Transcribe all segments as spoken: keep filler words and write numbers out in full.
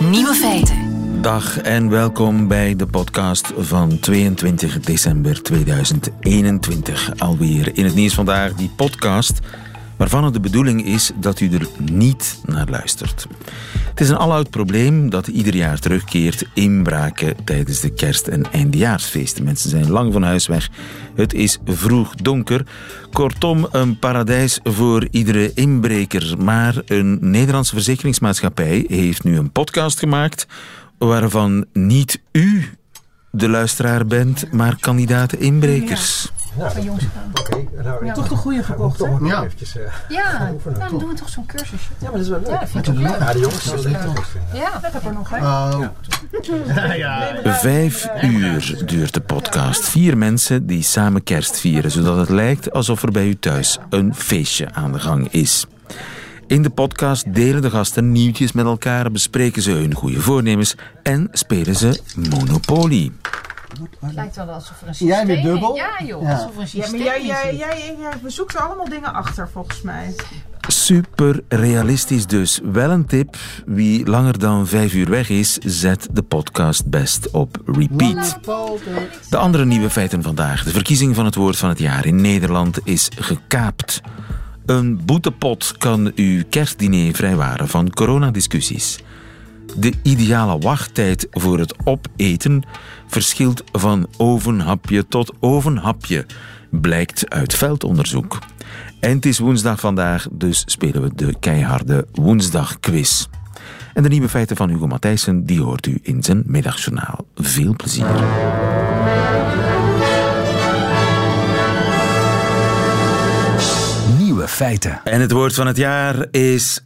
Nieuwe feiten. Dag en welkom bij de podcast van tweeëntwintig december tweeduizend eenentwintig. Alweer in het nieuws vandaag die podcast waarvan het de bedoeling is dat u er niet naar luistert. Het is een aloud probleem dat ieder jaar terugkeert: inbraken tijdens de kerst- en eindejaarsfeesten. Mensen zijn lang van huis weg. Het is vroeg donker. Kortom, een paradijs voor iedere inbreker. Maar een Nederlandse verzekeringsmaatschappij heeft nu een podcast gemaakt waarvan niet u de luisteraar bent, maar kandidaten inbrekers. Ja, van jongs gaan. Oké, okay, nou, ja, toch de goede gekocht, hè? Ja, eventjes, uh, ja nou, dan doen we toch zo'n cursusje. Ja, maar dat is wel leuk. Ja, dat vind ik ook leuk. Ja, de jongens zullen het leuk vinden. Ja, dat heb er nog, hè? Oh. Ja. Ja, ja. Vijf uur duurt de podcast. Vier mensen die samen kerst vieren, zodat het lijkt alsof er bij u thuis een feestje aan de gang is. In de podcast delen de gasten nieuwtjes met elkaar, bespreken ze hun goede voornemens en spelen ze Monopoly. Het lijkt wel alsof er een systeem... Jij weer dubbel? Ja, joh. Ja. Alsof er een systeem Ja, maar jij, jij, jij, jij bezoekt er allemaal dingen achter, volgens mij. Super realistisch dus. Wel een tip: wie langer dan vijf uur weg is, zet de podcast best op repeat. De andere nieuwe feiten vandaag. De verkiezing van het woord van het jaar in Nederland is gekaapt. Een boetepot kan uw kerstdiner vrijwaren van coronadiscussies. De ideale wachttijd voor het opeten verschilt van ovenhapje tot ovenhapje, blijkt uit veldonderzoek. En het is woensdag vandaag, dus spelen we de keiharde woensdagquiz. En de nieuwe feiten van Hugo Matthijssen, die hoort u in zijn middagjournaal. Veel plezier. Nieuwe feiten. En het woord van het jaar is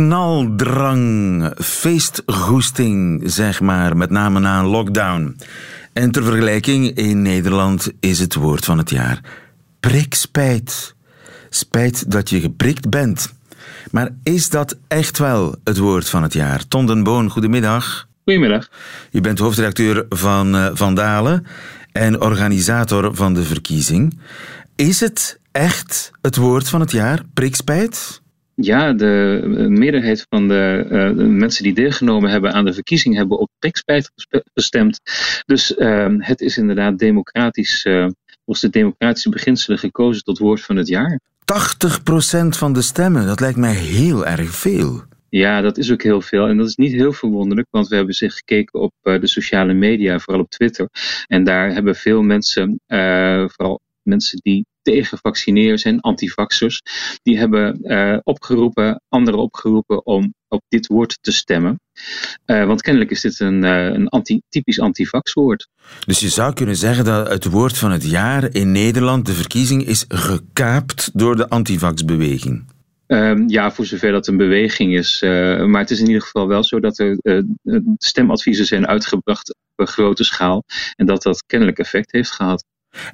knaldrang, feestgoesting, zeg maar, met name na een lockdown. En ter vergelijking, in Nederland is het woord van het jaar prikspijt. Spijt dat je geprikt bent. Maar is dat echt wel het woord van het jaar? Ton den Boon, goedemiddag. Goedemiddag. U bent hoofdredacteur van uh, Van Dalen en organisator van de verkiezing. Is het echt het woord van het jaar, prikspijt? Ja, de meerderheid van de, uh, de mensen die deelgenomen hebben aan de verkiezing hebben op prikspijt gestemd. Dus uh, het is inderdaad democratisch, uh, volgens de democratische beginselen gekozen tot woord van het jaar. tachtig procent van de stemmen, dat lijkt mij heel erg veel. Ja, dat is ook heel veel. En dat is niet heel verwonderlijk, want we hebben zich gekeken op uh, de sociale media, vooral op Twitter. En daar hebben veel mensen, uh, vooral mensen die tegen vaccineren zijn, antivaxers, die hebben uh, opgeroepen, anderen opgeroepen om op dit woord te stemmen. Uh, want kennelijk is dit een, uh, een anti, typisch antivaxwoord. Dus je zou kunnen zeggen dat het woord van het jaar in Nederland, de verkiezing, is gekaapt door de antivaxbeweging. Um, ja, voor zover dat een beweging is. Uh, maar het is in ieder geval wel zo dat er uh, stemadviezen zijn uitgebracht op een grote schaal. En dat dat kennelijk effect heeft gehad.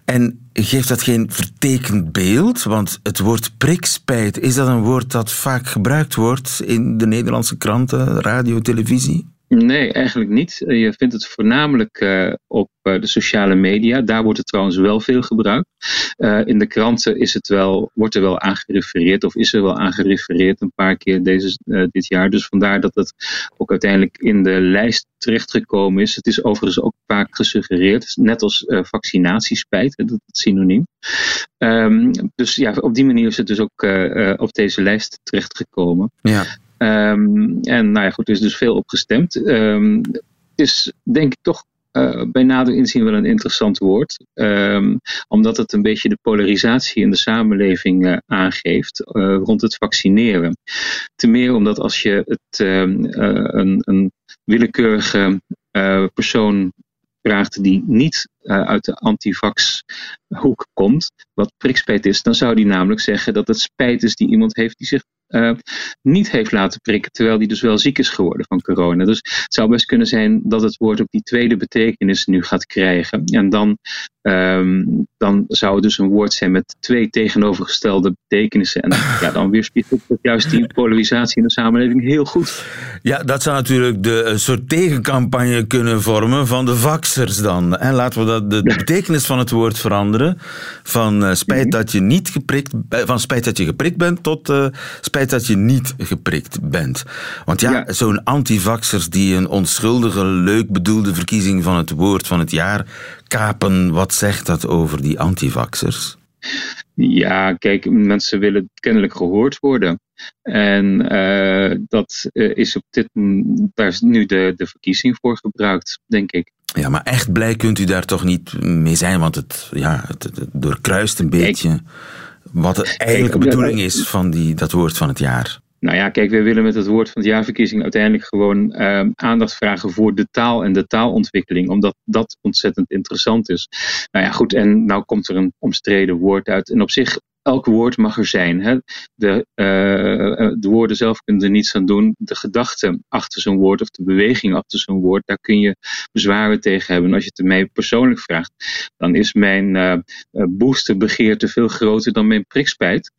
En geeft dat geen vertekend beeld? Want het woord prikspijt, is dat een woord dat vaak gebruikt wordt in de Nederlandse kranten, radio, televisie? Nee, eigenlijk niet. Je vindt het voornamelijk uh, op uh, de sociale media. Daar wordt het trouwens wel veel gebruikt. Uh, in de kranten is het wel, wordt er wel aan gerefereerd, of is er wel aan gerefereerd een paar keer deze, uh, dit jaar. Dus vandaar dat het ook uiteindelijk in de lijst terechtgekomen is. Het is overigens ook vaak gesuggereerd, net als uh, vaccinatiespijt, dat is synoniem. Um, dus ja, op die manier is het dus ook uh, uh, op deze lijst terechtgekomen. Ja. Um, en nou ja, goed, er is dus veel op gestemd. Um, het is denk ik toch uh, bij nader inzien wel een interessant woord. Um, omdat het een beetje de polarisatie in de samenleving uh, aangeeft uh, rond het vaccineren. Ten meer omdat als je het, um, uh, een, een willekeurige uh, persoon vraagt die niet uh, uit de antivax-hoek komt, wat prikspijt is, dan zou die namelijk zeggen dat het spijt is die iemand heeft die zich Uh, niet heeft laten prikken, terwijl die dus wel ziek is geworden van corona. Dus het zou best kunnen zijn dat het woord ook die tweede betekenis nu gaat krijgen. En dan, um, dan zou het dus een woord zijn met twee tegenovergestelde betekenissen. En ja, dan weerspiegelt het juist die polarisatie in de samenleving heel goed. Ja, dat zou natuurlijk de een soort tegencampagne kunnen vormen van de vaxers dan. En laten we dat, de, de betekenis van het woord veranderen. Van uh, spijt dat je niet geprikt, van spijt dat je geprikt bent tot uh, spijt spijt dat je niet geprikt bent. Want ja, ja. zo'n antivaxers die een onschuldige, leuk bedoelde verkiezing van het woord van het jaar kapen, wat zegt dat over die antivaxers? Ja, kijk, mensen willen kennelijk gehoord worden. En uh, dat uh, is op dit, daar is nu de, de verkiezing voor gebruikt, denk ik. Ja, maar echt blij kunt u daar toch niet mee zijn, want het, ja, het, het doorkruist een beetje kijk, wat de eigenlijke kijk, bedoeling is van die, dat woord van het jaar. Nou ja, kijk, wij willen met het woord van het jaarverkiezing uiteindelijk gewoon uh, aandacht vragen voor de taal en de taalontwikkeling, omdat dat ontzettend interessant is. Nou ja, goed, en nou komt er een omstreden woord uit. En op zich, elk woord mag er zijn. Hè? De, uh, de woorden zelf kunnen er niets aan doen. De gedachte achter zo'n woord of de beweging achter zo'n woord, daar kun je bezwaren tegen hebben. En als je het mij persoonlijk vraagt, dan is mijn uh, boosterbegeerte veel groter dan mijn prikspijt.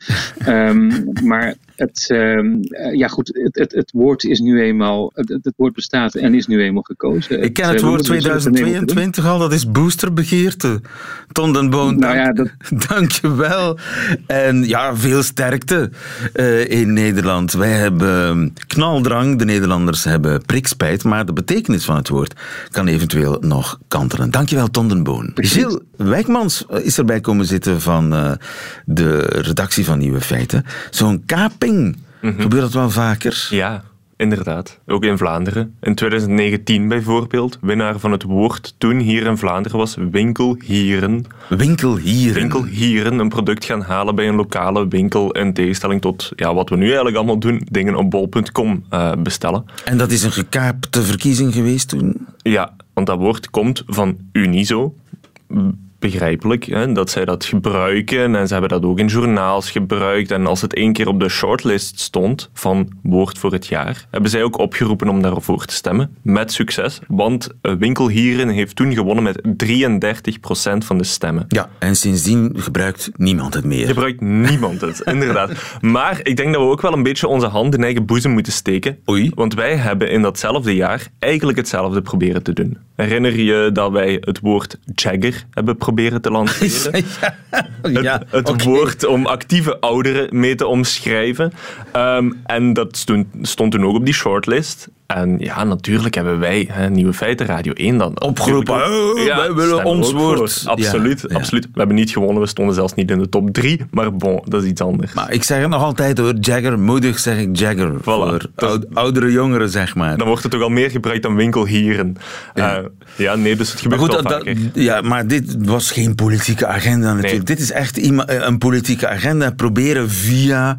um, maar het, uh, ja goed, het, het, het woord is nu eenmaal, het, het woord bestaat en is nu eenmaal gekozen. Ik ken het, het woord tweeduizend tweeëntwintig al, dat is boosterbegeerte. Ton den Boon, nou dank, ja, dat... dank je wel. En ja, veel sterkte uh, in Nederland. Wij hebben knaldrang, de Nederlanders hebben prikspijt, maar de betekenis van het woord kan eventueel nog kantelen. Dankjewel, Ton den Boon. Gilles Wijkmans is erbij komen zitten van uh, de redactie van Nieuwe Feiten. Zo'n kaping, mm-hmm. gebeurt dat wel vaker? Ja. Inderdaad, ook in Vlaanderen. In twintig negentien bijvoorbeeld, winnaar van het woord toen hier in Vlaanderen was winkelhieren. Winkelhieren? Winkelhieren, een product gaan halen bij een lokale winkel in tegenstelling tot ja, wat we nu eigenlijk allemaal doen, dingen op bol punt com uh, bestellen. En dat is een gekaapte verkiezing geweest toen? Ja, want dat woord komt van Unizo. Begrijpelijk, hè, dat zij dat gebruiken en ze hebben dat ook in journaals gebruikt en als het één keer op de shortlist stond van woord voor het jaar, hebben zij ook opgeroepen om daarvoor te stemmen, met succes, want Winkelhieren heeft toen gewonnen met drieëndertig procent van de stemmen. Ja, en sindsdien gebruikt niemand het meer. Gebruikt niemand het, inderdaad. Maar ik denk dat we ook wel een beetje onze hand in eigen boezem moeten steken, Oei. Want wij hebben in datzelfde jaar eigenlijk hetzelfde proberen te doen. Herinner je dat wij het woord Jagger hebben proberen te lanceren? ja, ja, het het okay. woord om actieve ouderen mee te omschrijven. Um, en dat stond, stond toen ook op die shortlist. En ja, natuurlijk hebben wij, hè, Nieuwe Feiten, Radio één dan opgeroepen. Oh, ja, wij willen ons woord. Absoluut, ja, absoluut. Ja. We hebben niet gewonnen, we stonden zelfs niet in de top drie. Maar bon, dat is iets anders. Maar ik zeg het nog altijd hoor, Jagger, moedig zeg ik Jagger. Voilà. Voor dat, oudere jongeren, zeg maar. Dan wordt het toch al meer gebruikt dan winkelhieren. Ja, uh, ja nee, dus het gebeurt maar goed, wel dat, vaker. Ja, maar dit was geen politieke agenda natuurlijk. Nee. Dit is echt een politieke agenda. Proberen via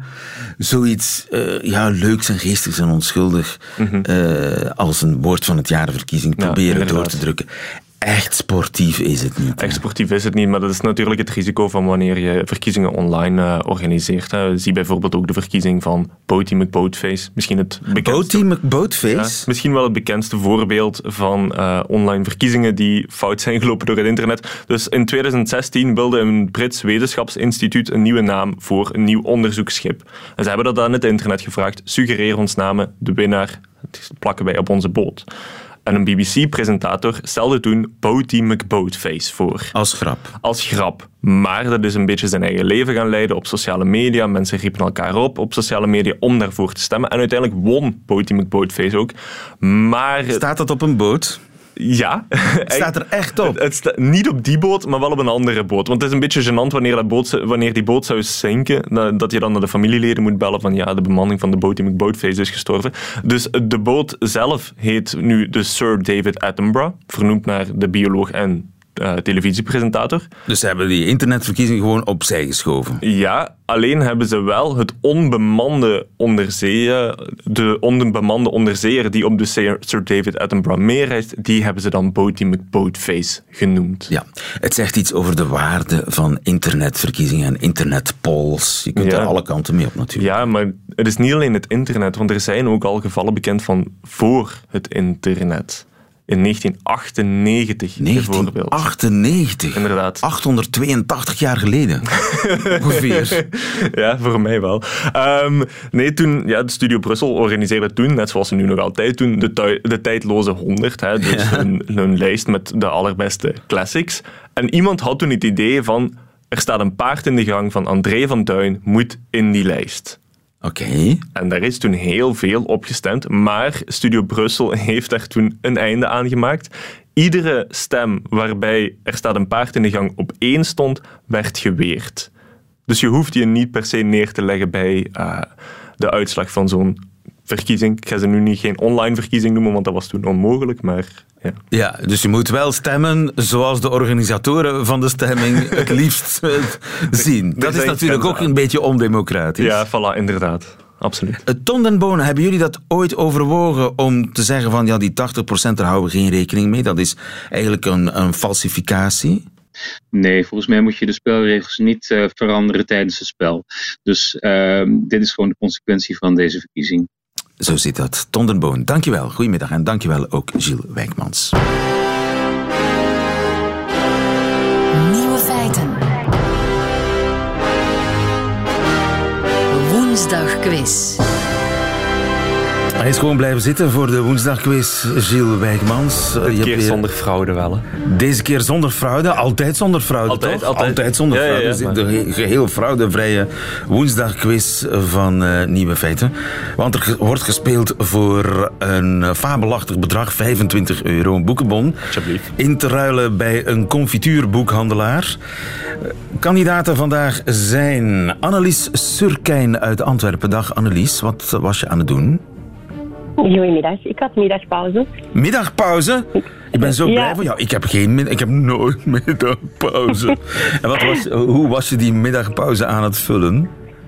zoiets uh, ja, leuks en geestigs en onschuldig mm-hmm. uh, als een woord van het jaarverkiezing proberen ja, door te drukken. Echt sportief is het niet. Hè? Echt sportief is het niet, maar dat is natuurlijk het risico van wanneer je verkiezingen online uh, organiseert. Hè. Zie bijvoorbeeld ook de verkiezing van Boaty McBoatface. Misschien het bekendste... Boaty McBoatface? Ja, misschien wel het bekendste voorbeeld van uh, online verkiezingen die fout zijn gelopen door het internet. Dus in twintig zestien wilde een Brits wetenschapsinstituut een nieuwe naam voor een nieuw onderzoeksschip. En ze hebben dat aan het internet gevraagd. Suggereer ons namen, de winnaar, dat plakken wij op onze boot. En een B B C-presentator stelde toen Boaty McBoatface voor. Als grap. Als grap. Maar dat is een beetje zijn eigen leven gaan leiden op sociale media. Mensen riepen elkaar op op sociale media om daarvoor te stemmen. En uiteindelijk won Boaty McBoatface ook. Maar... Staat dat op een boot? Ja. Het staat er echt op? Het, het sta, niet op die boot, maar wel op een andere boot. Want het is een beetje gênant wanneer, dat boot, wanneer die boot zou zinken, dat je dan naar de familieleden moet bellen van ja, de bemanning van de Boaty McBoatface is gestorven. Dus de boot zelf heet nu de Sir David Attenborough, vernoemd naar de bioloog en uh, televisiepresentator. Dus ze hebben die internetverkiezing gewoon opzij geschoven? Ja, alleen hebben ze wel het onbemande onderzeeën, de onbemande onderzeeër die op de Sir David Attenborough meereist, die hebben ze dan Boaty McBoatface genoemd. Ja, het zegt iets over de waarde van internetverkiezingen en internetpolls. Je kunt ja. er alle kanten mee op natuurlijk. Ja, maar het is niet alleen het internet, want er zijn ook al gevallen bekend van voor het internet. In negentien achtennegentig bijvoorbeeld. negentien achtennegentig? Inderdaad. achthonderdtweeëntachtig jaar geleden. Ongeveer. Ja, voor mij wel. Um, nee, toen, ja, de Studio Brussel organiseerde toen, net zoals ze nu nog altijd doen, de, tui- de tijdloze honderd. Hè, dus ja. een, een lijst met de allerbeste classics. En iemand had toen het idee van, er staat een paard in de gang van André van Duin, moet in die lijst. Oké. Okay. En daar is toen heel veel op gestemd, maar Studio Brussel heeft daar toen een einde aan gemaakt. Iedere stem waarbij er staat een paard in de gang op één stond, werd geweerd. Dus je hoeft je niet per se neer te leggen bij uh, de uitslag van zo'n verkiezing. Ik ga ze nu niet geen online verkiezing noemen, want dat was toen onmogelijk, maar... Ja. ja, dus je moet wel stemmen zoals de organisatoren van de stemming het liefst uh, zien. Dat is natuurlijk ook een beetje ondemocratisch. Ja, voilà, inderdaad. Absoluut. Uh, Ton den Boon, hebben jullie dat ooit overwogen om te zeggen van ja, die tachtig procent, daar houden we geen rekening mee? Dat is eigenlijk een, een falsificatie? Nee, volgens mij moet je de spelregels niet uh, veranderen tijdens het spel. Dus uh, dit is gewoon de consequentie van deze verkiezing. Zo zit dat. Ton den Boon, dankjewel. Goedemiddag en dankjewel ook Gilles Wijkmans. Nieuwe feiten. Woensdagquiz. Hij is gewoon blijven zitten voor de woensdagquiz, Gilles Wijkmans. Een keer zonder fraude wel, hè? Deze keer zonder fraude, altijd zonder fraude, altijd, toch? Altijd, altijd zonder ja, fraude. Ja, ja, maar... De geheel fraudevrije woensdagquiz van uh, Nieuwe Feiten. Want er wordt gespeeld voor een fabelachtig bedrag, vijfentwintig euro, een boekenbon. Alsjeblieft. In te ruilen bij een confituurboekhandelaar. Kandidaten vandaag zijn Annelies Surkijn uit Antwerpen. Dag Annelies, wat was je aan het doen? Goedemiddag, ik had middagpauze. Middagpauze? Ik ben zo blij ja. van jou. Ik heb geen ik heb nooit middagpauze. En wat was, hoe was je die middagpauze aan het vullen?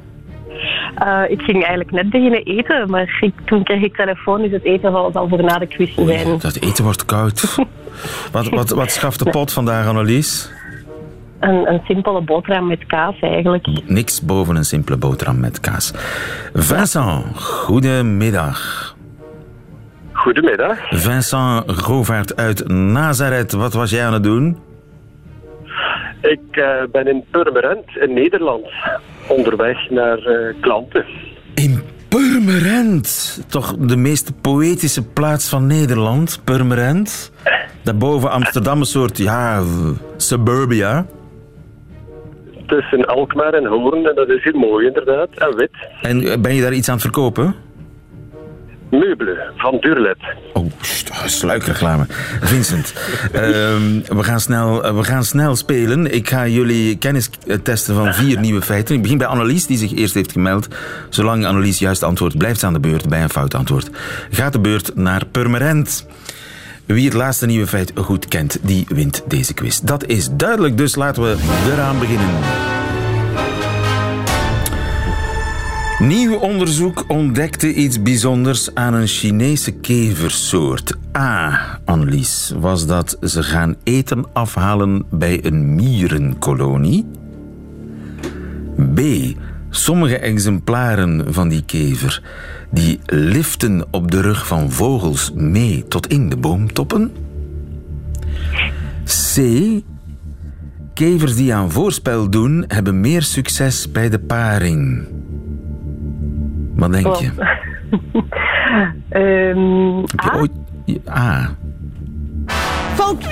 Uh, ik ging eigenlijk net beginnen eten, maar ik, toen kreeg ik telefoon, dus het eten zal al voor na de quiz zijn. Oei, dat eten wordt koud. wat, wat, wat schaft de pot vandaag, Annelies? Een, een simpele boterham met kaas eigenlijk. Niks boven een simpele boterham met kaas. Vincent, goedemiddag. Goedemiddag. Vincent Govaert uit Nazareth, wat was jij aan het doen? Ik uh, ben in Purmerend in Nederland onderweg naar uh, klanten. In Purmerend? Toch de meest poëtische plaats van Nederland, Purmerend? Daarboven Amsterdam een soort, ja, suburbia. Tussen Alkmaar en Hoorn, en dat is heel mooi inderdaad, en wit. En ben je daar iets aan het verkopen? Meubelen van Durlet. Oh, sluikreclame. Vincent, uh, we, gaan snel, we gaan snel spelen. Ik ga jullie kennis testen van vier nieuwe feiten. Ik begin bij Annelies, die zich eerst heeft gemeld. Zolang Annelies juist antwoordt, blijft ze aan de beurt. Bij een fout antwoord gaat de beurt naar Purmerend. Wie het laatste nieuwe feit goed kent, die wint deze quiz. Dat is duidelijk, dus laten we eraan beginnen. Nieuw onderzoek ontdekte iets bijzonders aan een Chinese keversoort. A, Annelies, was dat ze gaan eten afhalen bij een mierenkolonie? B, sommige exemplaren van die kever die liften op de rug van vogels mee tot in de boomtoppen? C, kevers die aan voorspel doen hebben meer succes bij de paring. Wat denk je? um, Heb je A? ooit... A. Fout!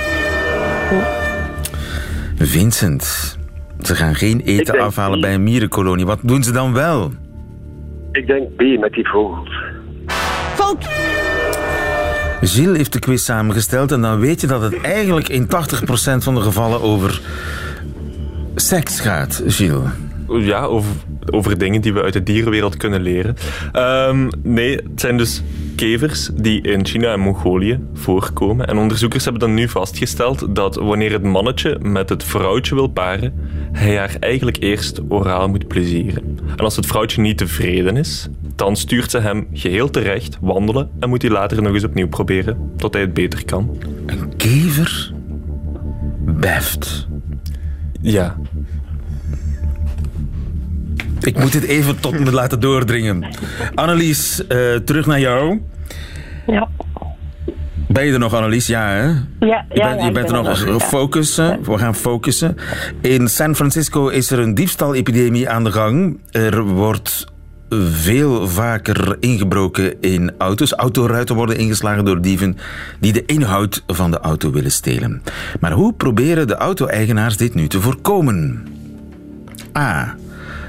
Vincent, ze gaan geen eten denk afhalen B. bij een mierenkolonie. Wat doen ze dan wel? Ik denk B met die vogels. Fout! Gilles heeft de quiz samengesteld en dan weet je dat het eigenlijk in tachtig procent van de gevallen over seks gaat, Gilles. Ja, over, over dingen die we uit de dierenwereld kunnen leren. Um, nee, het zijn dus kevers die in China en Mongolië voorkomen. En onderzoekers hebben dan nu vastgesteld dat wanneer het mannetje met het vrouwtje wil paren, hij haar eigenlijk eerst oraal moet plezieren. En als het vrouwtje niet tevreden is, dan stuurt ze hem geheel terecht wandelen en moet hij later nog eens opnieuw proberen, tot hij het beter kan. Een kever beft. Ja. Ik moet dit even tot me laten doordringen. Annelies, uh, terug naar jou. Ja. Ben je er nog, Annelies? Ja, hè? Ja, je ja, bent, ja, je bent er nog. Ja. Focussen. We gaan focussen. In San Francisco is er een diefstalepidemie aan de gang. Er wordt veel vaker ingebroken in auto's. Autoruiten worden ingeslagen door dieven die de inhoud van de auto willen stelen. Maar hoe proberen de auto-eigenaars dit nu te voorkomen? A.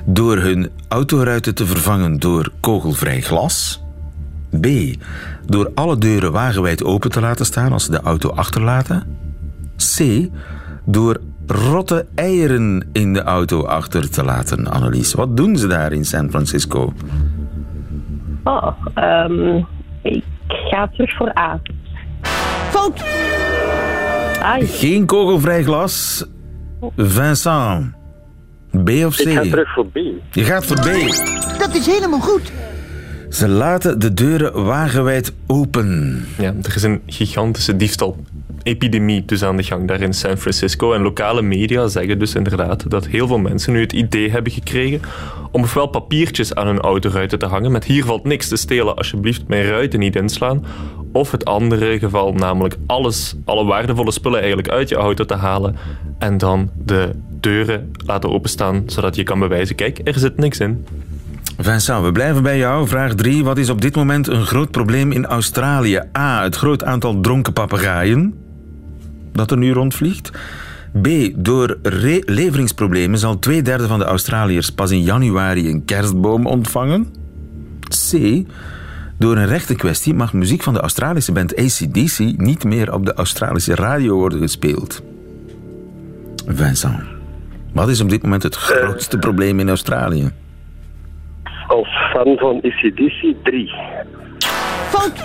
door hun autoruiten te vervangen door kogelvrij glas. B. Door alle deuren wagenwijd open te laten staan als ze de auto achterlaten. C. Door rotte eieren in de auto achter te laten. Annelies, wat doen ze daar in San Francisco? Oh, um, ik ga terug voor A. Fout! Ai. Geen kogelvrij glas. Vincent. B of C? Ik ga terug voor B. Je gaat voor B. Dat is helemaal goed. Ze laten de deuren wagenwijd open. Ja, er is een gigantische diefstal-epidemie dus aan de gang daar in San Francisco. En lokale media zeggen dus inderdaad dat heel veel mensen nu het idee hebben gekregen om ofwel papiertjes aan hun autoruiten te hangen met hier valt niks te stelen, alsjeblieft mijn ruiten niet inslaan. Of het andere geval, namelijk alles, alle waardevolle spullen eigenlijk uit je auto te halen en dan de deuren laten openstaan, zodat je kan bewijzen, kijk, er zit niks in. Vincent, we blijven bij jou. Vraag drie. Wat is op dit moment een groot probleem in Australië? A. Het groot aantal dronken papegaaien dat er nu rondvliegt. B. Door re- leveringsproblemen zal twee derde van de Australiërs pas in januari een kerstboom ontvangen. C. Door een rechtenkwestie mag muziek van de Australische band A C D C niet meer op de Australische radio worden gespeeld. Vincent, wat is op dit moment het grootste probleem in Australië? Als fan van A C D C drie. Fout!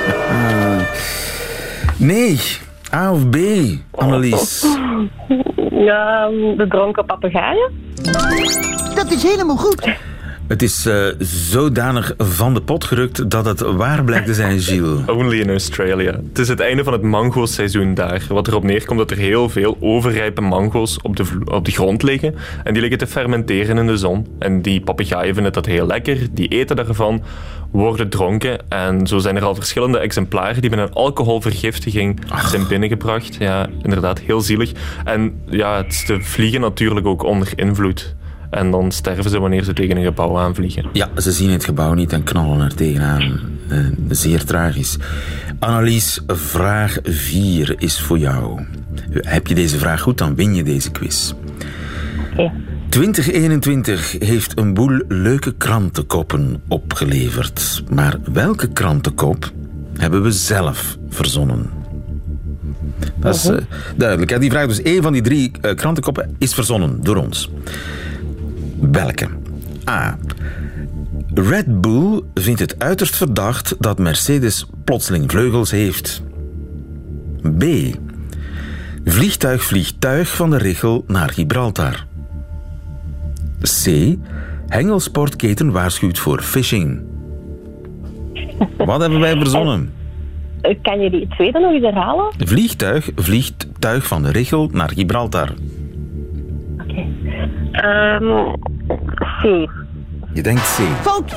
Nee. A of B, Annelies? Ja, de dronken papegaaien. Dat is helemaal goed. Het is uh, zodanig van de pot gerukt dat het waar blijkt te zijn, Gilles. Only in Australia. Het is het einde van het mango-seizoen daar. Wat erop neerkomt dat er heel veel overrijpe mango's op de, vlo- op de grond liggen. En die liggen te fermenteren in de zon. En die papegaaien vinden dat heel lekker. Die eten daarvan, worden dronken. En zo zijn er al verschillende exemplaren die met een alcoholvergiftiging Ach. zijn binnengebracht. Ja, inderdaad, heel zielig. En ja, het, ze vliegen natuurlijk ook onder invloed. En dan sterven ze wanneer ze tegen een gebouw aanvliegen. Ja, ze zien het gebouw niet en knallen er tegenaan. Uh, zeer tragisch. Annelies, vraag vier is voor jou. Heb je deze vraag goed, dan win je deze quiz. Oké. twintig eenentwintig heeft een boel leuke krantenkoppen opgeleverd. Maar welke krantenkop hebben we zelf verzonnen? Dat is uh, duidelijk. Hè? Die vraag, dus één van die drie uh, krantenkoppen is verzonnen door ons. Welke? A. Red Bull vindt het uiterst verdacht dat Mercedes plotseling vleugels heeft. B. Vliegtuig vliegt tuig van de Richel naar Gibraltar. C. Hengelsportketen waarschuwt voor phishing. Wat hebben wij verzonnen? Kan je die tweede nog eens herhalen? Vliegtuig vliegt tuig van de Richel naar Gibraltar. Oké. Okay. Um, C. Je denkt C. Fout!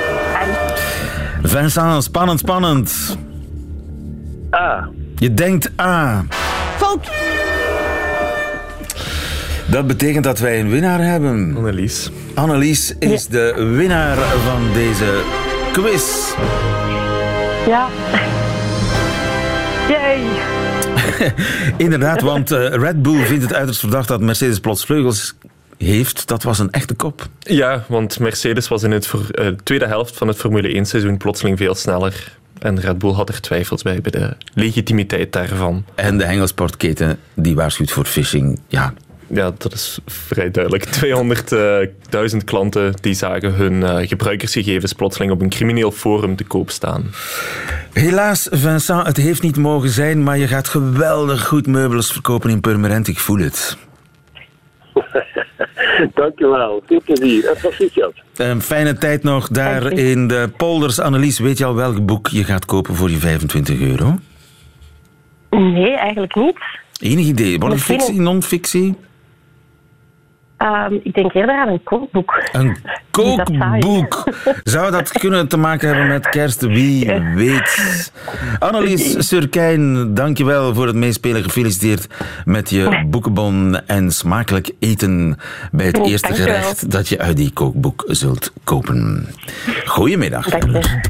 Vincent, spannend, spannend. A. Je denkt A. Fout! Dat betekent dat wij een winnaar hebben. Annelies. Annelies is de winnaar van deze quiz. Ja. Yay. Inderdaad, want uh, Red Bull vindt het uiterst verdacht dat Mercedes plots vleugels heeft. Dat was een echte kop. Ja, want Mercedes was in het voor, uh, tweede helft van het Formule één seizoen plotseling veel sneller. En Red Bull had er twijfels bij, bij de legitimiteit daarvan. En de hengelsportketen die waarschuwt voor phishing. Ja. Ja, dat is vrij duidelijk. tweehonderdduizend klanten die zagen hun uh, gebruikersgegevens plotseling op een crimineel forum te koop staan. Helaas, Vincent, het heeft niet mogen zijn, maar je gaat geweldig goed meubels verkopen in Purmerend. Ik voel het. Dankjewel. Veel plezier. En proficiat. Een fijne tijd nog daar in de polders. Annelies, weet je al welk boek je gaat kopen voor je vijfentwintig euro? Nee, eigenlijk niet. Enig idee? Wordt het Misschien fictie, non-fictie? Um, ik denk eerder aan een kookboek. Een kookboek. Zou dat kunnen te maken hebben met kerst? Wie weet. Annelies Surkijn, dankjewel voor het meespelen. Gefeliciteerd met je boekenbon en smakelijk eten bij het eerste Dankjewel. gerecht dat je uit die kookboek zult kopen. Goedemiddag. Dank je.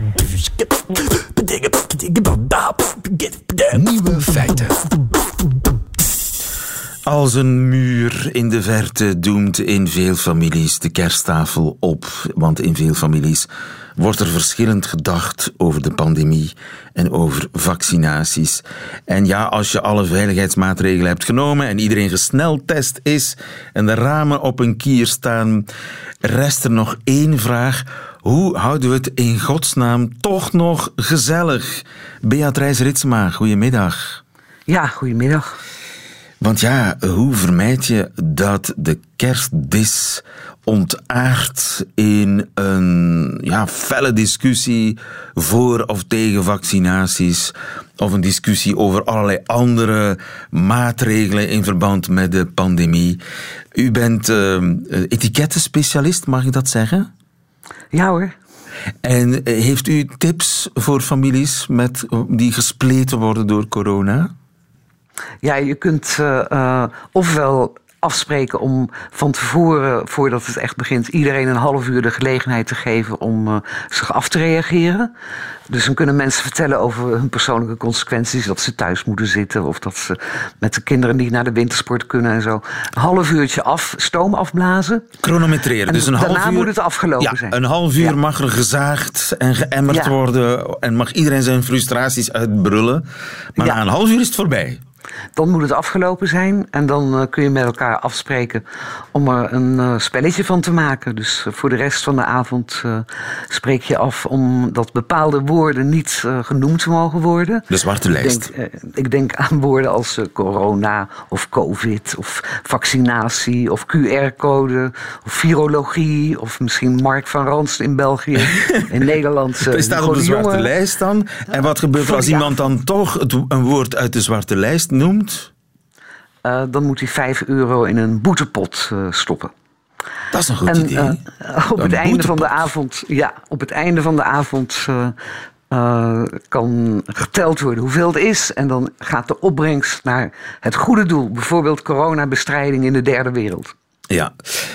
Nieuwe feiten. Als een muur in de verte doemt in veel families de kersttafel op. Want in veel families wordt er verschillend gedacht over de pandemie en over vaccinaties. En ja, als je alle veiligheidsmaatregelen hebt genomen en iedereen gesneltest is en de ramen op een kier staan, rest er nog één vraag. Hoe houden we het in godsnaam toch nog gezellig? Beatrice Ritsema, goedemiddag. Ja, goedemiddag. Want ja, hoe vermijd je dat de kerstdis ontaardt in een ja, felle discussie voor of tegen vaccinaties, of een discussie over allerlei andere maatregelen in verband met de pandemie? U bent uh, etiketten-specialist, mag ik dat zeggen? Ja hoor. En heeft u tips voor families met, die gespleten worden door corona? Ja, je kunt uh, uh, ofwel afspreken om van tevoren, voordat het echt begint, iedereen een half uur de gelegenheid te geven om uh, zich af te reageren. Dus dan kunnen mensen vertellen over hun persoonlijke consequenties, dat ze thuis moeten zitten of dat ze met de kinderen niet naar de wintersport kunnen en zo. Een half uurtje af, stoom afblazen. Chronometreren. En dus een daarna half uur, moet het afgelopen ja, zijn. Een half uur ja. mag er gezaagd en geëmmerd ja. worden en mag iedereen zijn frustraties uitbrullen. Maar ja. na een half uur is het voorbij. Dan moet het afgelopen zijn en dan uh, kun je met elkaar afspreken om er een uh, spelletje van te maken. Dus uh, voor de rest van de avond uh, spreek je af om dat bepaalde woorden niet uh, genoemd te mogen worden. De zwarte lijst. Ik denk, uh, ik denk aan woorden als uh, corona of covid of vaccinatie of Q R-code of virologie of misschien Mark van Ranst in België. In Nederland. Uh, Het staat op de zwarte jongen. lijst dan. En wat gebeurt er als ja. iemand dan toch het, een woord uit de zwarte lijst noemt? Uh, dan moet hij vijf euro in een boetepot uh, stoppen. Dat is een goed en, idee. Uh, op, het einde van de avond, ja, op het einde van de avond uh, uh, kan geteld worden hoeveel het is. En dan gaat de opbrengst naar het goede doel. Bijvoorbeeld coronabestrijding in de derde wereld. Ja.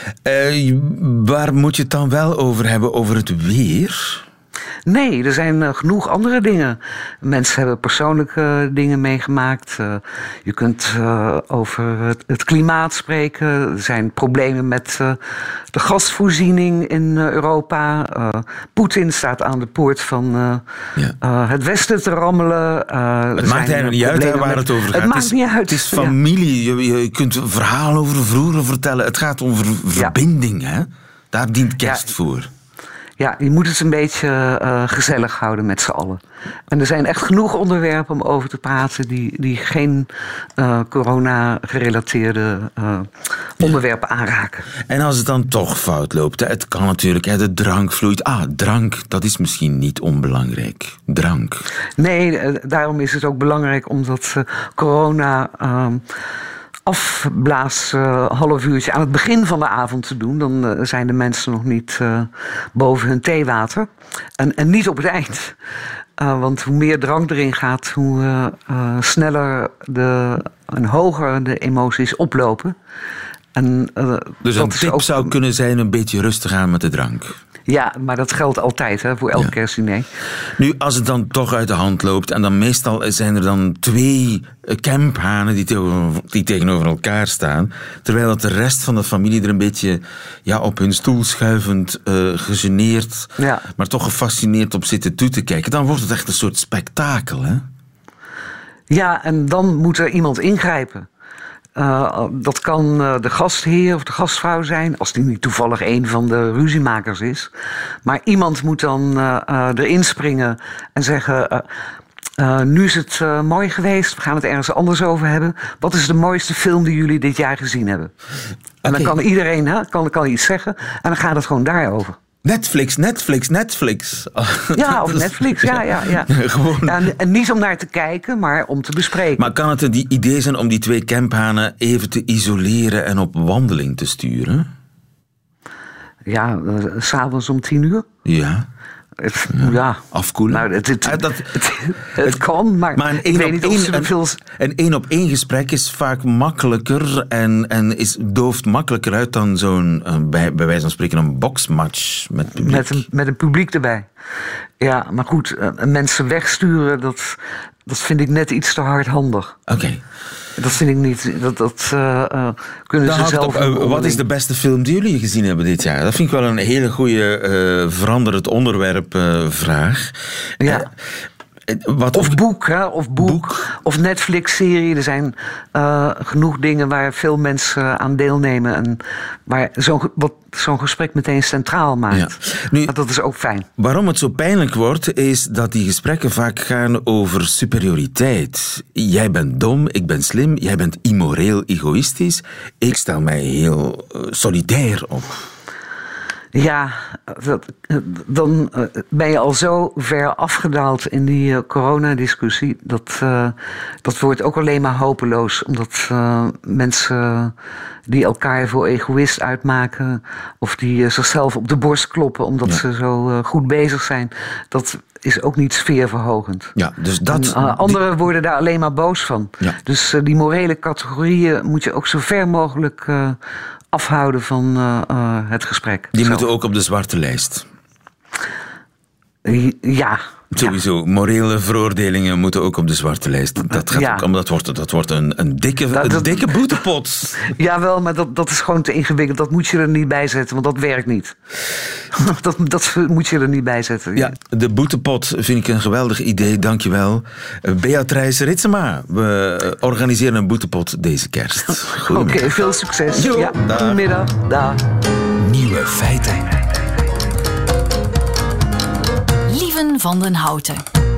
Uh, waar moet je het dan wel over hebben? Over het weer? Nee, er zijn uh, genoeg andere dingen. Mensen hebben persoonlijke uh, dingen meegemaakt. Uh, je kunt uh, over het, het klimaat spreken. Er zijn problemen met uh, de gasvoorziening in uh, Europa. Uh, Poetin staat aan de poort van uh, ja. uh, het Westen te rammelen. Uh, het maakt eigenlijk niet uit hè, waar met, het over gaat. Het, het maakt is, niet uit. Het is familie. Ja. Je, je kunt verhalen over vroeger vertellen. Het gaat om ver, verbinding. Ja. Hè? Daar dient kerst ja. voor. Ja, je moet het een beetje uh, gezellig houden met z'n allen. En er zijn echt genoeg onderwerpen om over te praten die, die geen uh, corona-gerelateerde uh, onderwerpen ja. aanraken. En als het dan toch fout loopt, hè, het kan natuurlijk, hè, de drank vloeit. Ah, drank, dat is misschien niet onbelangrijk. Drank. Nee, uh, daarom is het ook belangrijk omdat uh, corona... Uh, afblaas uh, half uurtje aan het begin van de avond te doen. Dan uh, zijn de mensen nog niet uh, boven hun theewater. En, en niet op het eind. Uh, want hoe meer drank erin gaat, hoe uh, uh, sneller de, en hoger de emoties oplopen. En, uh, dus dat een tip ook... zou kunnen zijn een beetje rustig aan met de drank. Ja, maar dat geldt altijd hè, voor elk ja. kerstdiner. Nu, als het dan toch uit de hand loopt... en dan meestal zijn er dan twee kemphanen die tegenover, die tegenover elkaar staan... terwijl dat de rest van de familie er een beetje ja, op hun stoel schuivend, uh, gegeneerd... Ja. maar toch gefascineerd op zitten toe te kijken... dan wordt het echt een soort spektakel, hè? Ja, en dan moet er iemand ingrijpen. Uh, dat kan uh, de gastheer of de gastvrouw zijn, als die niet toevallig een van de ruziemakers is. Maar iemand moet dan uh, uh, erin springen en zeggen... Uh, uh, nu is het uh, mooi geweest, we gaan het ergens anders over hebben. Wat is de mooiste film die jullie dit jaar gezien hebben? En okay. dan kan iedereen hè, kan, kan iets zeggen en dan gaat het gewoon daarover. Netflix, Netflix, Netflix. Ja, of Netflix, ja, ja, ja. Gewoon. Ja, en niet om naar te kijken, maar om te bespreken. Maar kan het een idee zijn om die twee kemphanen even te isoleren en op wandeling te sturen? Ja, uh, 's avonds om tien uur. Ja. Het, ja. ja. Afkoelen. Nou, het, het, ah, dat, het, het, het kan, maar, maar ik weet niet of ze er veel... Een één-op-één gesprek is vaak makkelijker en, en is, dooft makkelijker uit dan zo'n, uh, bij, bij wijze van spreken, een boksmatch met publiek. Met een, met een publiek erbij. Ja, maar goed, uh, mensen wegsturen, dat, dat vind ik net iets te hardhandig. Oké. Okay. Dat vind ik niet. Dat, dat uh, uh, kunnen Dan ze zelf... Op, uh, wat is de beste film die jullie gezien hebben dit jaar? Dat vind ik wel een hele goede uh, veranderend onderwerp uh, vraag. Ja. Uh, Wat of boek, hè? Of boek, boek. Of Netflix-serie. Er zijn uh, genoeg dingen waar veel mensen aan deelnemen. En waar zo'n, wat zo'n gesprek meteen centraal maakt. Ja. Nu, maar dat is ook fijn. Waarom het zo pijnlijk wordt, is dat die gesprekken vaak gaan over superioriteit. Jij bent dom, ik ben slim, jij bent immoreel egoïstisch. Ik stel mij heel uh, solitair op. Ja, dat, dan ben je al zo ver afgedaald in die uh, coronadiscussie. Dat, uh, dat wordt ook alleen maar hopeloos. Omdat uh, mensen die elkaar voor egoïst uitmaken... of die uh, zichzelf op de borst kloppen omdat ja. ze zo uh, goed bezig zijn... dat is ook niet sfeerverhogend. Ja, dus dat, en, uh, anderen die... worden daar alleen maar boos van. Ja. Dus uh, die morele categorieën moet je ook zo ver mogelijk... Uh, afhouden van uh, uh, het gesprek. Die Zo. moeten ook op de zwarte lijst. Ja. Sowieso, ja. Morele veroordelingen moeten ook op de zwarte lijst. Dat, gaat ja. ook, dat wordt, dat wordt een, een, dikke, dat, een dikke boetepot. Jawel, maar dat, dat is gewoon te ingewikkeld. Dat moet je er niet bij zetten, want dat werkt niet. dat, dat moet je er niet bij zetten. Ja, de boetepot vind ik een geweldig idee, dankjewel. Beatrice Ritsema, we organiseren een boetepot deze kerst. Oké, okay, veel succes. Jo, ja, goedemiddag. Dag. Nieuwe feiten. Lieven van den Houten.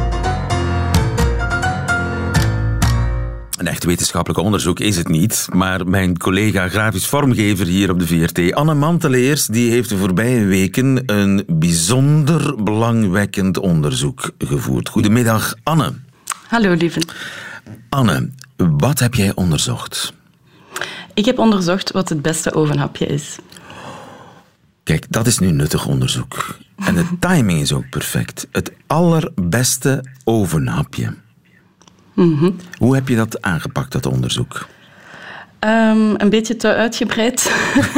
Een echt wetenschappelijk onderzoek is het niet, maar mijn collega grafisch vormgever hier op de V R T, Anne Manteleers, die heeft de voorbije weken een bijzonder belangwekkend onderzoek gevoerd. Goedemiddag, Anne. Hallo, lieven. Anne, wat heb jij onderzocht? Ik heb onderzocht wat het beste ovenhapje is. Kijk, dat is nu nuttig onderzoek. En de timing is ook perfect. Het allerbeste ovenhapje. Mm-hmm. Hoe heb je dat aangepakt, dat onderzoek? Um, een beetje te uitgebreid.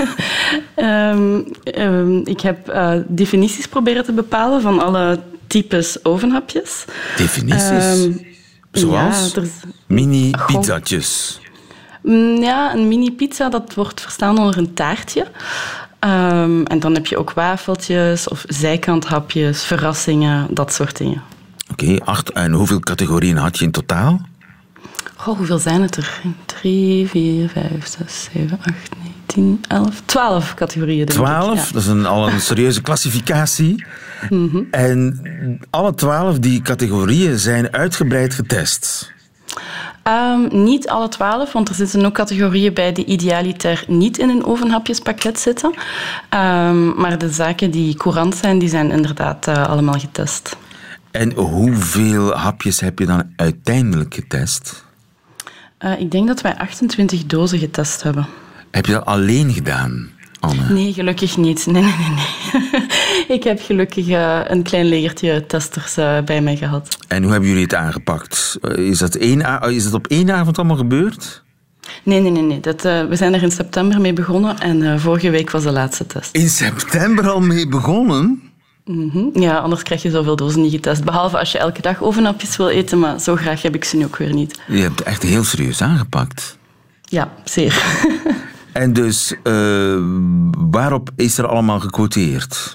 um, um, ik heb uh, definities proberen te bepalen van alle types ovenhapjes. Definities? Um, Zoals? Ja, er... Mini-pizzatjes. Ja, een mini-pizza, dat wordt verstaan onder een taartje. Um, en dan heb je ook wafeltjes of zijkanthapjes, verrassingen, dat soort dingen. Oké, okay, acht. En hoeveel categorieën had je in totaal? Goh, hoeveel zijn het er? drie, vier, vijf, zes, zeven, acht, negen, tien, elf, twaalf categorieën. Denk twaalf? Ja. Dat is een, al een serieuze klassificatie. Mm-hmm. En alle twaalf die categorieën zijn uitgebreid getest. Um, niet alle twaalf, want er zitten ook categorieën bij die idealiter niet in een ovenhapjespakket zitten. Um, maar de zaken die courant zijn, die zijn inderdaad uh, allemaal getest. En hoeveel hapjes heb je dan uiteindelijk getest? Uh, ik denk dat wij achtentwintig dozen getest hebben. Heb je dat alleen gedaan, Anne? Nee, gelukkig niet. Nee, nee, nee. nee. Ik heb gelukkig uh, een klein legertje testers uh, bij mij gehad. En hoe hebben jullie het aangepakt? Is dat, één a- is dat op één avond allemaal gebeurd? Nee, nee, nee. nee. Dat, uh, we zijn er in september mee begonnen en uh, vorige week was de laatste test. In september al mee begonnen? Mm-hmm. Ja, anders krijg je zoveel dozen niet getest. Behalve als je elke dag ovenhapjes wil eten, maar zo graag heb ik ze nu ook weer niet. Je hebt het echt heel serieus aangepakt. Ja, zeer. En dus, uh, waarop is er allemaal gequoteerd?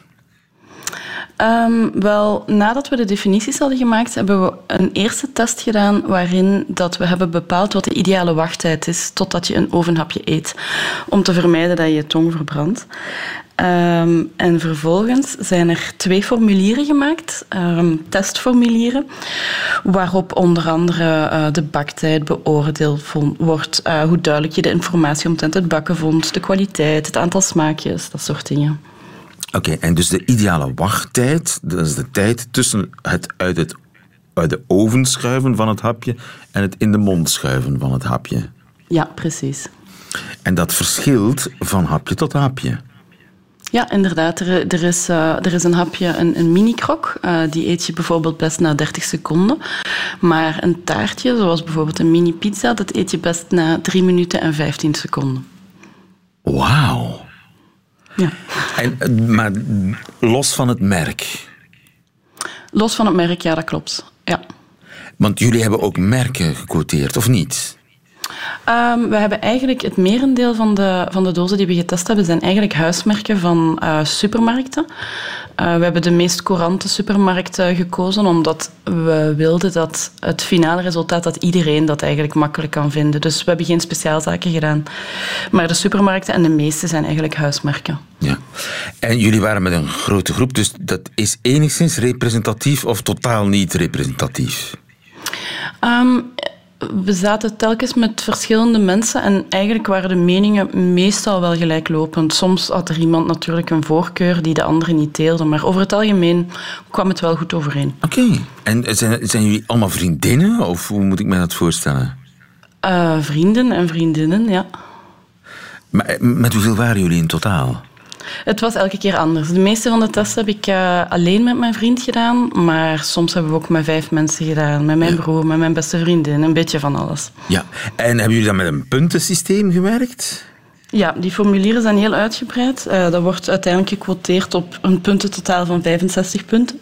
Um, wel, nadat we de definities hadden gemaakt, hebben we een eerste test gedaan waarin dat we hebben bepaald wat de ideale wachttijd is totdat je een ovenhapje eet, om te vermijden dat je je tong verbrandt. Um, en vervolgens zijn er twee formulieren gemaakt, um, testformulieren, waarop onder andere uh, de baktijd beoordeeld vond, wordt, uh, hoe duidelijk je de informatie omtrent het bakken vond, de kwaliteit, het aantal smaakjes, dat soort dingen. Oké, okay, en dus de ideale wachttijd, dat is de tijd tussen het uit, het uit de oven schuiven van het hapje en het in de mond schuiven van het hapje. Ja, precies. En dat verschilt van hapje tot hapje. Ja, inderdaad. Er, er, is, uh, er is een hapje, een, een mini-krok. Uh, die eet je bijvoorbeeld best na dertig seconden. Maar een taartje, zoals bijvoorbeeld een mini-pizza, dat eet je best na drie minuten en vijftien seconden. Wauw. Ja. En, maar los van het merk? Los van het merk, ja, dat klopt. Ja. Want jullie hebben ook merken gequoteerd, of niet? Um, we hebben eigenlijk het merendeel van de, van de dozen die we getest hebben, zijn eigenlijk huismerken van uh, supermarkten. Uh, we hebben de meest courante supermarkten gekozen, omdat we wilden dat het finale resultaat, dat iedereen dat eigenlijk makkelijk kan vinden. Dus we hebben geen speciaalzaken gedaan. Maar de supermarkten en de meeste zijn eigenlijk huismerken. Ja. En jullie waren met een grote groep, dus dat is enigszins representatief of totaal niet representatief? Um, We zaten telkens met verschillende mensen en eigenlijk waren de meningen meestal wel gelijklopend. Soms had er iemand natuurlijk een voorkeur die de andere niet deelde, maar over het algemeen kwam het wel goed overeen. Oké. Okay. En zijn, zijn jullie allemaal vriendinnen of hoe moet ik me dat voorstellen? Uh, vrienden en vriendinnen, ja. Maar met hoeveel waren jullie in totaal? Het was elke keer anders. De meeste van de tests heb ik uh, alleen met mijn vriend gedaan, maar soms hebben we ook met vijf mensen gedaan. Met mijn ja. broer, met mijn beste vriendin, een beetje van alles. Ja, en hebben jullie dan met een puntensysteem gewerkt? Ja, die formulieren zijn heel uitgebreid. Uh, dat wordt uiteindelijk gequoteerd op een puntentotaal van vijfenzestig punten.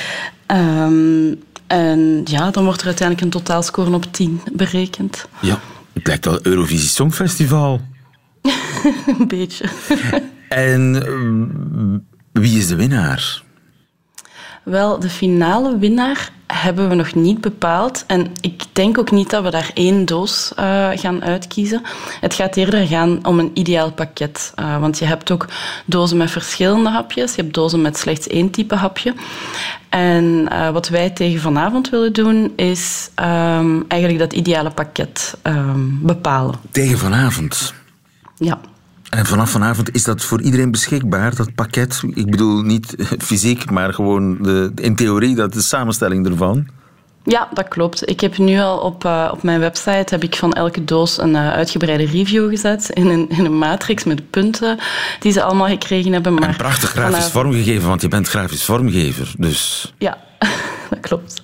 Um, en ja, dan wordt er uiteindelijk een totaalscore op tien berekend. Ja, het lijkt wel Eurovisie Songfestival. Een beetje. En uh, wie is de winnaar? Wel, de finale winnaar hebben we nog niet bepaald. En ik denk ook niet dat we daar één doos uh, gaan uitkiezen. Het gaat eerder gaan om een ideaal pakket. Uh, want je hebt ook dozen met verschillende hapjes. Je hebt dozen met slechts één type hapje. En uh, wat wij tegen vanavond willen doen, is um, eigenlijk dat ideale pakket um, bepalen. Tegen vanavond? Ja. En vanaf vanavond is dat voor iedereen beschikbaar, dat pakket? Ik bedoel niet fysiek, maar gewoon de, in theorie, dat de samenstelling ervan? Ja, dat klopt. Ik heb nu al op, uh, op mijn website heb ik van elke doos een uh, uitgebreide review gezet in een, in een matrix met punten die ze allemaal gekregen hebben. Maar en prachtig grafisch vanavond... vormgegeven, want je bent grafisch vormgever. Dus... Ja, dat klopt.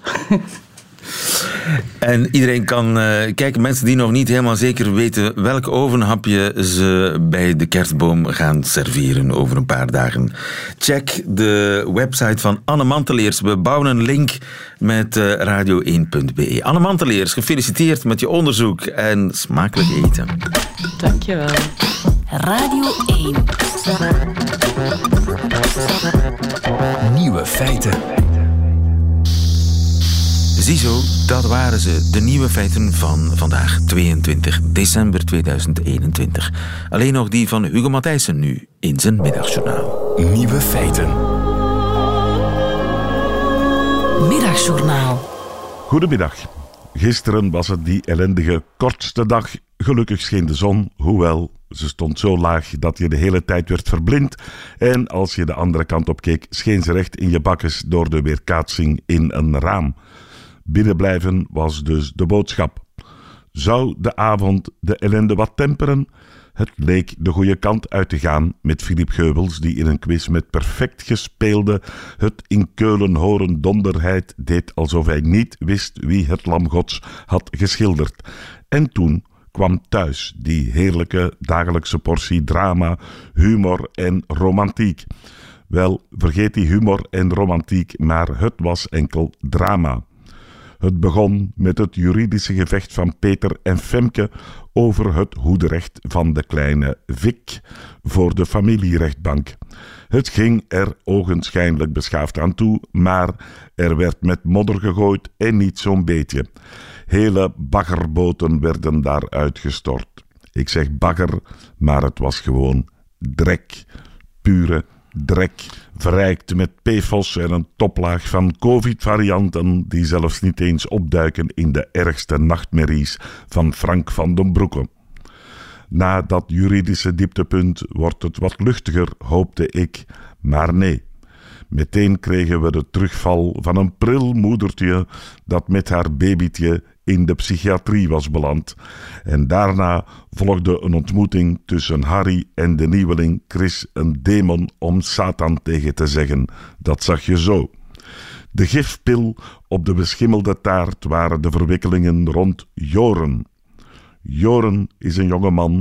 En iedereen kan uh, kijken, mensen die nog niet helemaal zeker weten welk ovenhapje ze bij de kerstboom gaan serveren over een paar dagen. Check de website van Anne Manteleers. We bouwen een link met uh, radio één punt b e. Anne Manteleers, gefeliciteerd met je onderzoek en smakelijk eten. Dankjewel. Radio één. Nieuwe feiten. Ziezo, dat waren ze, de nieuwe feiten van vandaag, tweeëntwintig december tweeduizend eenentwintig. Alleen nog die van Hugo Matthijssen nu in zijn middagjournaal. Nieuwe feiten. Middagjournaal. Goedemiddag. Gisteren was het die ellendige kortste dag. Gelukkig scheen de zon, hoewel ze stond zo laag dat je de hele tijd werd verblind. En als je de andere kant op keek, scheen ze recht in je bakkes door de weerkaatsing in een raam. Binnenblijven was dus de boodschap. Zou de avond de ellende wat temperen? Het leek de goede kant uit te gaan met Philip Geubels, die in een quiz met perfect gespeelde het in Keulen horen donderheid deed alsof hij niet wist wie het lam Gods had geschilderd. En toen kwam thuis die heerlijke dagelijkse portie drama, humor en romantiek. Wel, vergeet die humor en romantiek, maar het was enkel drama. Het begon met het juridische gevecht van Peter en Femke over het hoederecht van de kleine Vic voor de familierechtbank. Het ging er ogenschijnlijk beschaafd aan toe, maar er werd met modder gegooid en niet zo'n beetje. Hele baggerboten werden daar uitgestort. Ik zeg bagger, maar het was gewoon drek, pure drek, verrijkt met P F O S en een toplaag van covid-varianten die zelfs niet eens opduiken in de ergste nachtmerries van Frank van den Broeke. Na dat juridische dieptepunt wordt het wat luchtiger, hoopte ik, maar nee. Meteen kregen we de terugval van een pril moedertje dat met haar babytje in de psychiatrie was beland. En daarna volgde een ontmoeting tussen Harry en de nieuweling Chris, een demon om Satan tegen te zeggen. Dat zag je zo. De gifpil op de beschimmelde taart waren de verwikkelingen rond Joren. Joren is een jonge man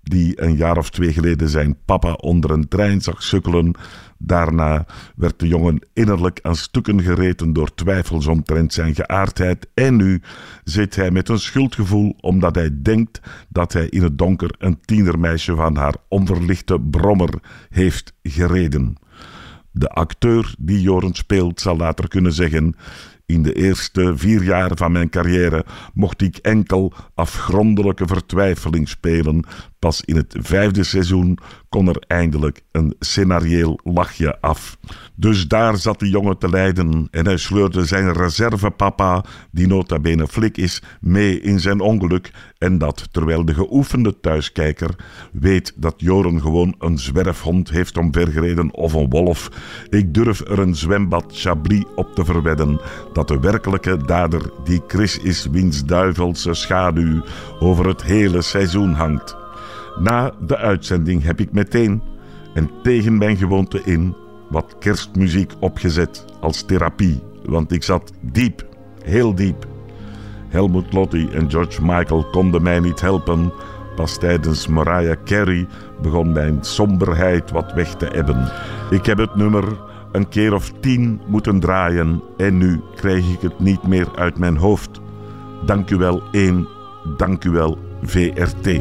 die een jaar of twee geleden zijn papa onder een trein zag sukkelen. Daarna werd de jongen innerlijk aan stukken gereten door twijfels omtrent zijn geaardheid. En nu zit hij met een schuldgevoel omdat hij denkt dat hij in het donker een tienermeisje van haar onverlichte brommer heeft gereden. De acteur die Joren speelt zal later kunnen zeggen: in de eerste vier jaar van mijn carrière mocht ik enkel afgrondelijke vertwijfeling spelen. Pas in het vijfde seizoen kon er eindelijk een scenarieel lachje af. Dus daar zat de jongen te lijden en hij sleurde zijn reservepapa, die nota bene flik is, mee in zijn ongeluk. En dat terwijl de geoefende thuiskijker weet dat Joren gewoon een zwerfhond heeft omvergereden of een wolf. Ik durf er een zwembad Chablis op te verwedden dat de werkelijke dader die Chris is, wiens duivelse schaduw over het hele seizoen hangt. Na de uitzending heb ik meteen, en tegen mijn gewoonte in, wat kerstmuziek opgezet als therapie, want ik zat diep, heel diep. Helmut Lotti en George Michael konden mij niet helpen. Pas tijdens Mariah Carey begon mijn somberheid wat weg te ebben. Ik heb het nummer een keer of tien moeten draaien en nu krijg ik het niet meer uit mijn hoofd. Dank u wel één, dank u wel V R T.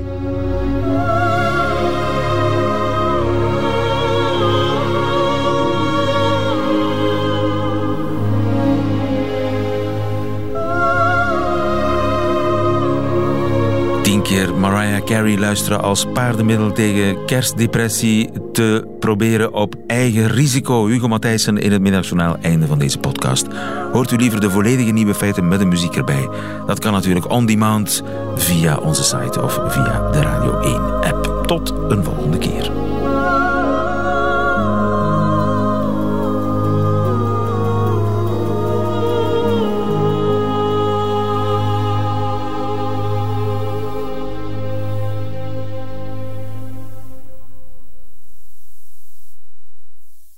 Tien keer Mariah Carey luisteren als paardenmiddel tegen kerstdepressie te proberen op eigen risico. Hugo Matthijssen in het Middagjournaal, einde van deze podcast. Hoort u liever de volledige nieuwe feiten met de muziek erbij? Dat kan natuurlijk on demand via onze site of via de Radio één app. Tot een volgende keer.